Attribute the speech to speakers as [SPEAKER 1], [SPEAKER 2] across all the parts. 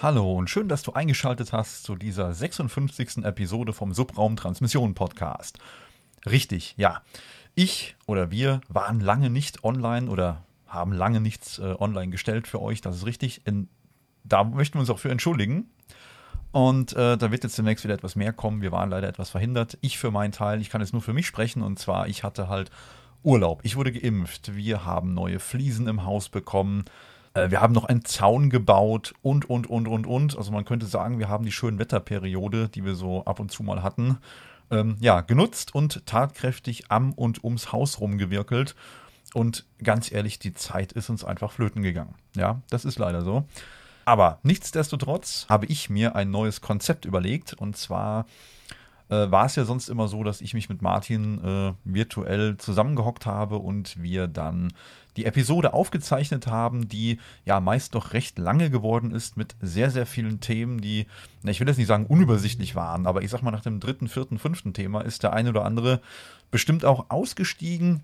[SPEAKER 1] Hallo und schön, dass du eingeschaltet hast zu dieser 56. Episode vom Subraum Transmission Podcast. Richtig, ja. Ich oder wir waren lange nicht online oder haben lange nichts online gestellt für euch, das ist richtig. Da möchten wir uns auch für entschuldigen. Und da wird jetzt demnächst wieder etwas mehr kommen. Wir waren leider etwas verhindert. Ich für meinen Teil, ich kann jetzt nur für mich sprechen. Und zwar, ich hatte halt Urlaub. Ich wurde geimpft. Wir haben neue Fliesen im Haus bekommen. Wir haben noch einen Zaun gebaut und. Also man könnte sagen, wir haben die schöne Wetterperiode, die wir so ab und zu mal hatten, genutzt und tatkräftig am und ums Haus rumgewirkelt. Und ganz ehrlich, die Zeit ist uns einfach flöten gegangen. Ja, das ist leider so. Aber nichtsdestotrotz habe ich mir ein neues Konzept überlegt. Und zwar war es ja sonst immer so, dass ich mich mit Martin virtuell zusammengehockt habe und wir dann die Episode aufgezeichnet haben, die ja meist doch recht lange geworden ist mit sehr, sehr vielen Themen, die, ich will jetzt nicht sagen unübersichtlich waren, aber ich sag mal nach dem dritten, vierten, fünften Thema ist der eine oder andere bestimmt auch ausgestiegen,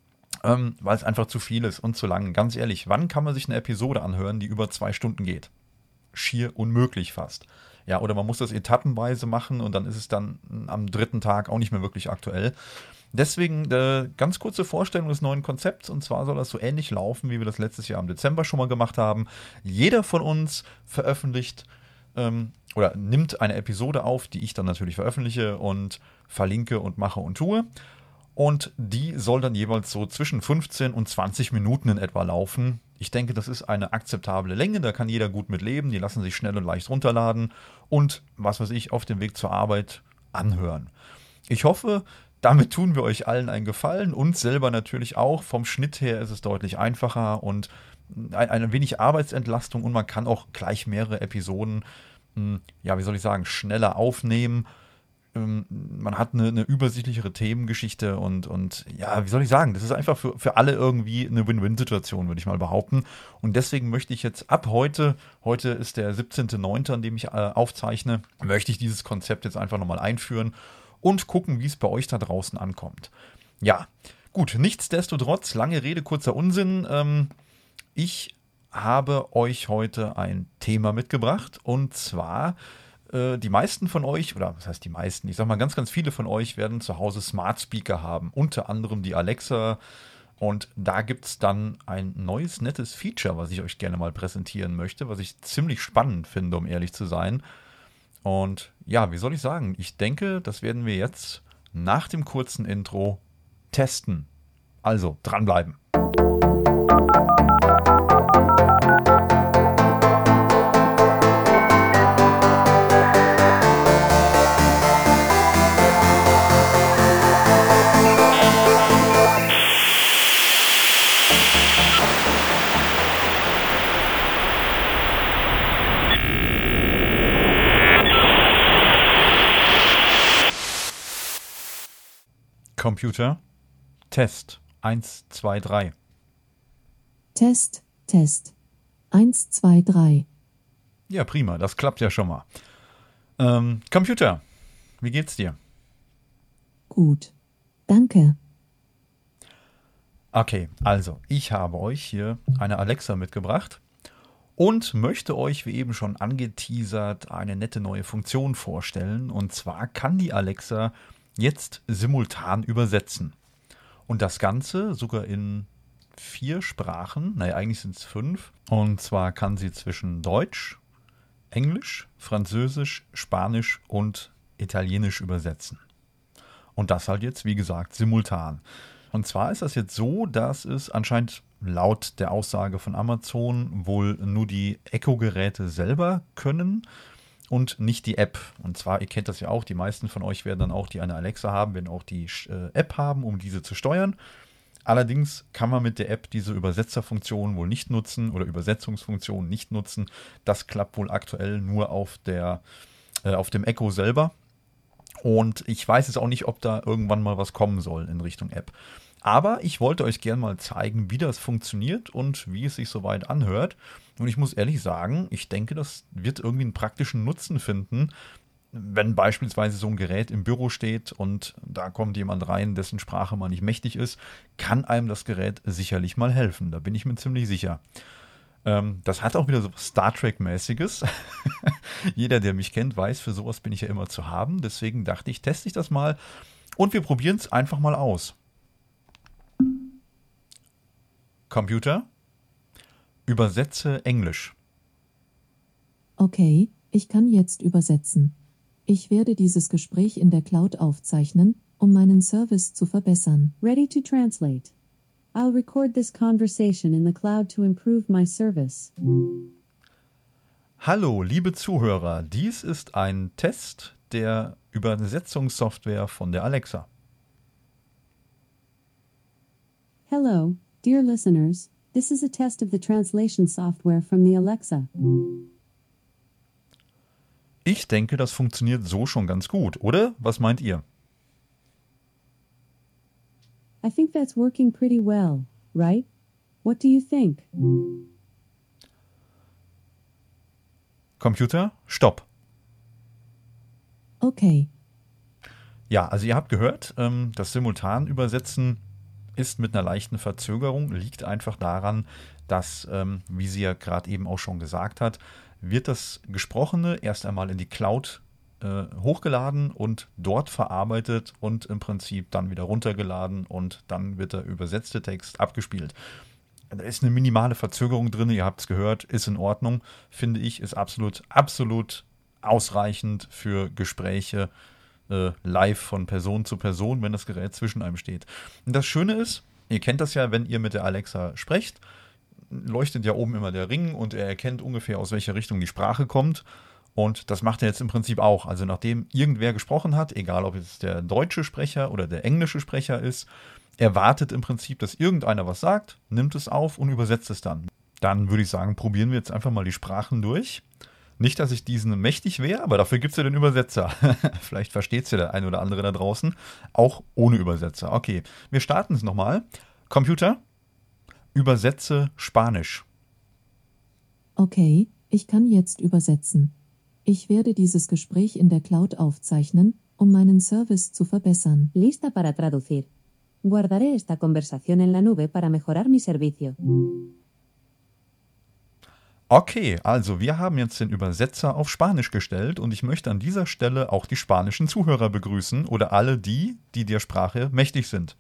[SPEAKER 1] weil es einfach zu viel ist und zu lang. Ganz ehrlich, wann kann man sich eine Episode anhören, die über 2 Stunden geht? Schier unmöglich fast. Ja, oder man muss das etappenweise machen und dann ist es dann am 3. Tag auch nicht mehr wirklich aktuell. Deswegen ganz kurze Vorstellung des neuen Konzepts, und zwar soll das so ähnlich laufen, wie wir das letztes Jahr im Dezember schon mal gemacht haben. Jeder von uns veröffentlicht oder nimmt eine Episode auf, die ich dann natürlich veröffentliche und verlinke und mache und tue. Und die soll dann jeweils so zwischen 15 und 20 Minuten in etwa laufen. Ich denke, das ist eine akzeptable Länge, da kann jeder gut mit leben. Die lassen sich schnell und leicht runterladen und, was weiß ich, auf dem Weg zur Arbeit anhören. Ich hoffe, damit tun wir euch allen einen Gefallen, uns selber natürlich auch. Vom Schnitt her ist es deutlich einfacher und ein wenig Arbeitsentlastung und man kann auch gleich mehrere Episoden, schneller aufnehmen. Man hat eine übersichtlichere Themengeschichte und das ist einfach für alle irgendwie eine Win-Win-Situation, würde ich mal behaupten. Und deswegen möchte ich jetzt ab heute ist der 17.09., an dem ich aufzeichne, möchte ich dieses Konzept jetzt einfach nochmal einführen und gucken, wie es bei euch da draußen ankommt. Ja, gut, nichtsdestotrotz, lange Rede, kurzer Unsinn. Ich habe euch heute ein Thema mitgebracht und zwar die meisten von euch, oder was heißt die meisten, ich sag mal ganz, ganz viele von euch werden zu Hause Smart Speaker haben, unter anderem die Alexa. Und da gibt es dann ein neues, nettes Feature, was ich euch gerne mal präsentieren möchte, was ich ziemlich spannend finde, um ehrlich zu sein. Und ja, wie soll ich sagen, ich denke, das werden wir jetzt nach dem kurzen Intro testen. Also, dranbleiben. Computer, Test, 1, 2, 3.
[SPEAKER 2] Test, 1, 2, 3.
[SPEAKER 1] Ja, prima, das klappt ja schon mal. Computer, wie geht's dir?
[SPEAKER 2] Gut, danke.
[SPEAKER 1] Okay, also, ich habe euch hier eine Alexa mitgebracht und möchte euch, wie eben schon angeteasert, eine nette neue Funktion vorstellen. Und zwar kann die Alexa jetzt simultan übersetzen. Und das Ganze sogar in 4 Sprachen, eigentlich sind es 5. Und zwar kann sie zwischen Deutsch, Englisch, Französisch, Spanisch und Italienisch übersetzen. Und das halt jetzt, wie gesagt, simultan. Und zwar ist das jetzt so, dass es anscheinend laut der Aussage von Amazon wohl nur die Echo-Geräte selber können und nicht die App. Und zwar, ihr kennt das ja auch, die meisten von euch werden dann auch, die eine Alexa haben, werden auch die App haben, um diese zu steuern. Allerdings kann man mit der App diese Übersetzerfunktion wohl nicht nutzen oder Übersetzungsfunktion nicht nutzen. Das klappt wohl aktuell nur auf dem Echo selber. Und ich weiß jetzt auch nicht, ob da irgendwann mal was kommen soll in Richtung App. Aber ich wollte euch gerne mal zeigen, wie das funktioniert und wie es sich soweit anhört. Und ich muss ehrlich sagen, ich denke, das wird irgendwie einen praktischen Nutzen finden, wenn beispielsweise so ein Gerät im Büro steht und da kommt jemand rein, dessen Sprache man nicht mächtig ist, kann einem das Gerät sicherlich mal helfen. Da bin ich mir ziemlich sicher. Das hat auch wieder so was Star Trek-mäßiges. Jeder, der mich kennt, weiß, für sowas bin ich ja immer zu haben. Deswegen dachte ich, teste ich das mal und wir probieren es einfach mal aus. Computer, übersetze Englisch.
[SPEAKER 2] Okay, ich kann jetzt übersetzen. Ich werde dieses Gespräch in der Cloud aufzeichnen, um meinen Service zu verbessern.
[SPEAKER 3] Ready to translate. I'll record this conversation in the cloud to improve my service.
[SPEAKER 1] Hallo, liebe Zuhörer, dies ist ein Test der Übersetzungssoftware von der Alexa.
[SPEAKER 3] Hello, dear listeners. This is a test of the translation software from the Alexa.
[SPEAKER 1] Ich denke, das funktioniert so schon ganz gut, oder? Was meint ihr?
[SPEAKER 3] I think that's working pretty well, right? What do you think?
[SPEAKER 1] Computer, stopp.
[SPEAKER 2] Okay,
[SPEAKER 1] Ja, also ihr habt gehört, das Simultanübersetzen ist mit einer leichten Verzögerung, liegt einfach daran, dass, wie sie ja gerade eben auch schon gesagt hat, wird das Gesprochene erst einmal in die Cloud hochgeladen und dort verarbeitet und im Prinzip dann wieder runtergeladen und dann wird der übersetzte Text abgespielt. Da ist eine minimale Verzögerung drin, ihr habt es gehört, ist in Ordnung, finde ich, ist absolut ausreichend für Gespräche live von Person zu Person, wenn das Gerät zwischen einem steht. Und das Schöne ist, ihr kennt das ja, wenn ihr mit der Alexa sprecht, leuchtet ja oben immer der Ring und er erkennt ungefähr, aus welcher Richtung die Sprache kommt. Und das macht er jetzt im Prinzip auch. Also nachdem irgendwer gesprochen hat, egal ob es der deutsche Sprecher oder der englische Sprecher ist, er wartet im Prinzip, dass irgendeiner was sagt, nimmt es auf und übersetzt es dann. Dann würde ich sagen, probieren wir jetzt einfach mal die Sprachen durch. Nicht, dass ich diesen mächtig wäre, aber dafür gibt es ja den Übersetzer. Vielleicht versteht es ja der ein oder andere da draußen, auch ohne Übersetzer. Okay, wir starten es nochmal. Computer, übersetze Spanisch.
[SPEAKER 2] okay, ich kann jetzt übersetzen. Ich werde dieses Gespräch in der Cloud aufzeichnen, um meinen Service zu verbessern.
[SPEAKER 3] Lista para traducir. Guardaré esta conversación en la nube para mejorar mi servicio.
[SPEAKER 1] Okay, also wir haben jetzt den Übersetzer auf Spanisch gestellt und ich möchte an dieser Stelle auch die spanischen Zuhörer begrüßen oder alle die, die der Sprache mächtig sind.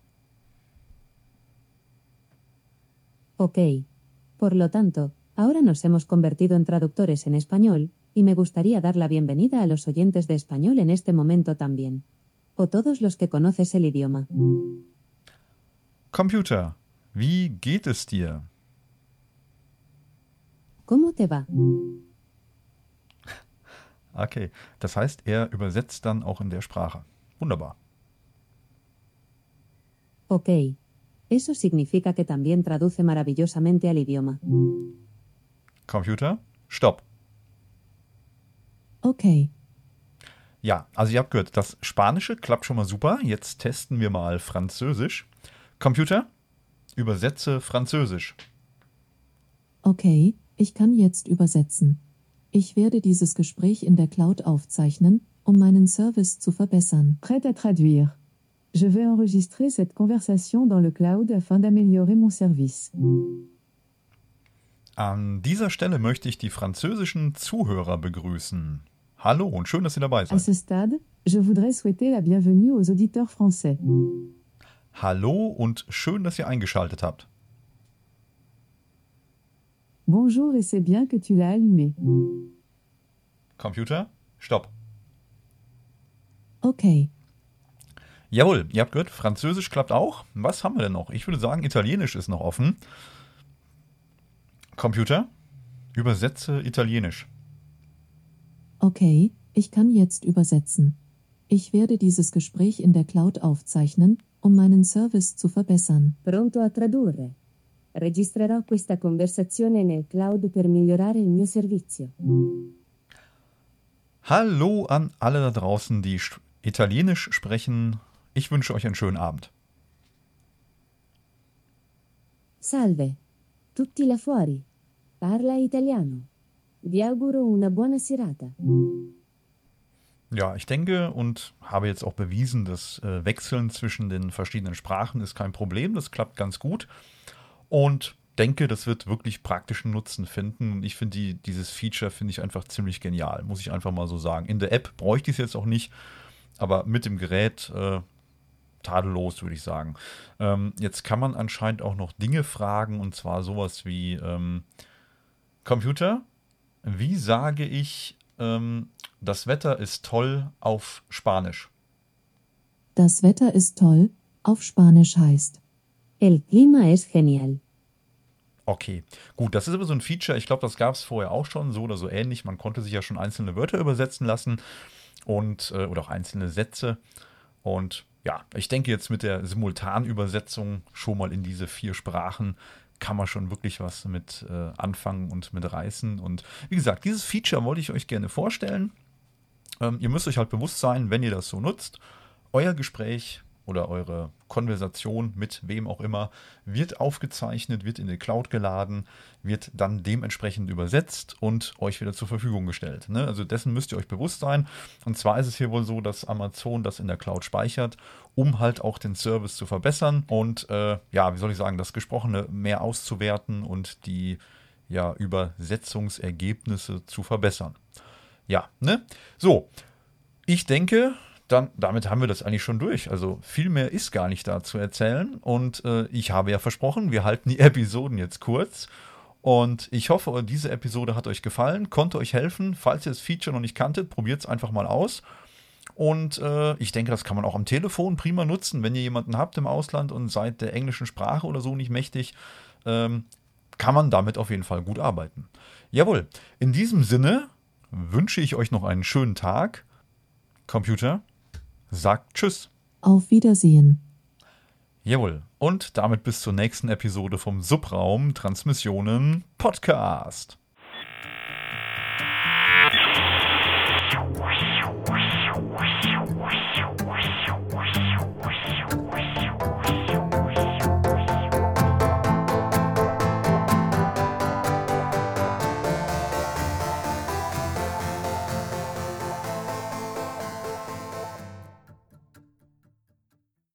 [SPEAKER 3] Ok. Por lo tanto, ahora nos hemos convertido en traductores en español, y me gustaría dar la bienvenida a los oyentes de español en este momento también. O todos los que conoces el idioma.
[SPEAKER 1] Computer, wie geht es dir?
[SPEAKER 3] ¿Cómo te va?
[SPEAKER 1] Okay, das heißt, er übersetzt dann auch in der Sprache. Wunderbar.
[SPEAKER 3] Ok. Eso significa que también traduce maravillosamente al idioma.
[SPEAKER 1] Computer, stopp.
[SPEAKER 2] Okay,
[SPEAKER 1] Ja, also ihr habt gehört, das Spanische klappt schon mal super. Jetzt testen wir mal Französisch. Computer, übersetze Französisch.
[SPEAKER 2] okay, ich kann jetzt übersetzen. Ich werde dieses Gespräch in der Cloud aufzeichnen, um meinen Service zu verbessern.
[SPEAKER 4] Prête à traduire. Je vais enregistrer cette conversation dans le cloud afin d'améliorer mon service.
[SPEAKER 1] An dieser Stelle möchte ich die französischen Zuhörer begrüßen. Hallo und schön, dass ihr dabei
[SPEAKER 4] À
[SPEAKER 1] seid.
[SPEAKER 4] ce stade, je voudrais souhaiter la bienvenue aux auditeurs français.
[SPEAKER 1] Hallo und schön, dass ihr eingeschaltet habt.
[SPEAKER 4] Bonjour et c'est bien que tu l'as allumé.
[SPEAKER 1] Computer, stopp.
[SPEAKER 2] Okay,
[SPEAKER 1] Jawohl, ihr habt gehört, Französisch klappt auch. Was haben wir denn noch? Ich würde sagen, Italienisch ist noch offen. Computer, übersetze Italienisch.
[SPEAKER 2] okay, ich kann jetzt übersetzen. Ich werde dieses Gespräch in der Cloud aufzeichnen, um meinen Service zu verbessern.
[SPEAKER 3] Pronto a tradurre. Registrerò questa conversazione nel cloud per migliorare il mio servizio.
[SPEAKER 1] Hallo an alle da draußen, die Italienisch sprechen. Ich wünsche euch einen schönen Abend.
[SPEAKER 3] Salve. Tutti là fuori. Parla italiano. Vi auguro una buona serata.
[SPEAKER 1] Ja, ich denke und habe jetzt auch bewiesen, das Wechseln zwischen den verschiedenen Sprachen ist kein Problem. Das klappt ganz gut. Und denke, das wird wirklich praktischen Nutzen finden. Und ich finde dieses Feature finde ich einfach ziemlich genial, muss ich einfach mal so sagen. In der App bräuchte ich es jetzt auch nicht, aber mit dem Gerät tadellos, würde ich sagen. Jetzt kann man anscheinend auch noch Dinge fragen, und zwar sowas wie Computer, wie sage ich, das Wetter ist toll auf Spanisch?
[SPEAKER 2] Das Wetter ist toll, auf Spanisch heißt:
[SPEAKER 3] El clima es genial.
[SPEAKER 1] Okay, gut, das ist aber so ein Feature, ich glaube, das gab es vorher auch schon, so oder so ähnlich. Man konnte sich ja schon einzelne Wörter übersetzen lassen und oder auch einzelne Sätze. Und ja, ich denke jetzt mit der Simultanübersetzung schon mal in diese 4 Sprachen kann man schon wirklich was mit anfangen und mit reißen. Und wie gesagt, dieses Feature wollte ich euch gerne vorstellen. Ihr müsst euch halt bewusst sein, wenn ihr das so nutzt, euer Gespräch oder eure Konversation mit wem auch immer wird aufgezeichnet, wird in die Cloud geladen, wird dann dementsprechend übersetzt und euch wieder zur Verfügung gestellt. Ne? Also dessen müsst ihr euch bewusst sein. Und zwar ist es hier wohl so, dass Amazon das in der Cloud speichert, um halt auch den Service zu verbessern und ja, wie soll ich sagen, das Gesprochene mehr auszuwerten und die ja, Übersetzungsergebnisse zu verbessern. Ja, ne? So, ich denke, damit haben wir das eigentlich schon durch. Also viel mehr ist gar nicht da zu erzählen. Und ich habe ja versprochen, wir halten die Episoden jetzt kurz. Und ich hoffe, diese Episode hat euch gefallen, konnte euch helfen. Falls ihr das Feature noch nicht kanntet, probiert es einfach mal aus. Und ich denke, das kann man auch am Telefon prima nutzen, wenn ihr jemanden habt im Ausland und seid der englischen Sprache oder so nicht mächtig. Kann man damit auf jeden Fall gut arbeiten. Jawohl, in diesem Sinne wünsche ich euch noch einen schönen Tag. Computer sagt Tschüss.
[SPEAKER 2] Auf Wiedersehen.
[SPEAKER 1] Jawohl. Und damit bis zur nächsten Episode vom Subraum Transmissionen Podcast.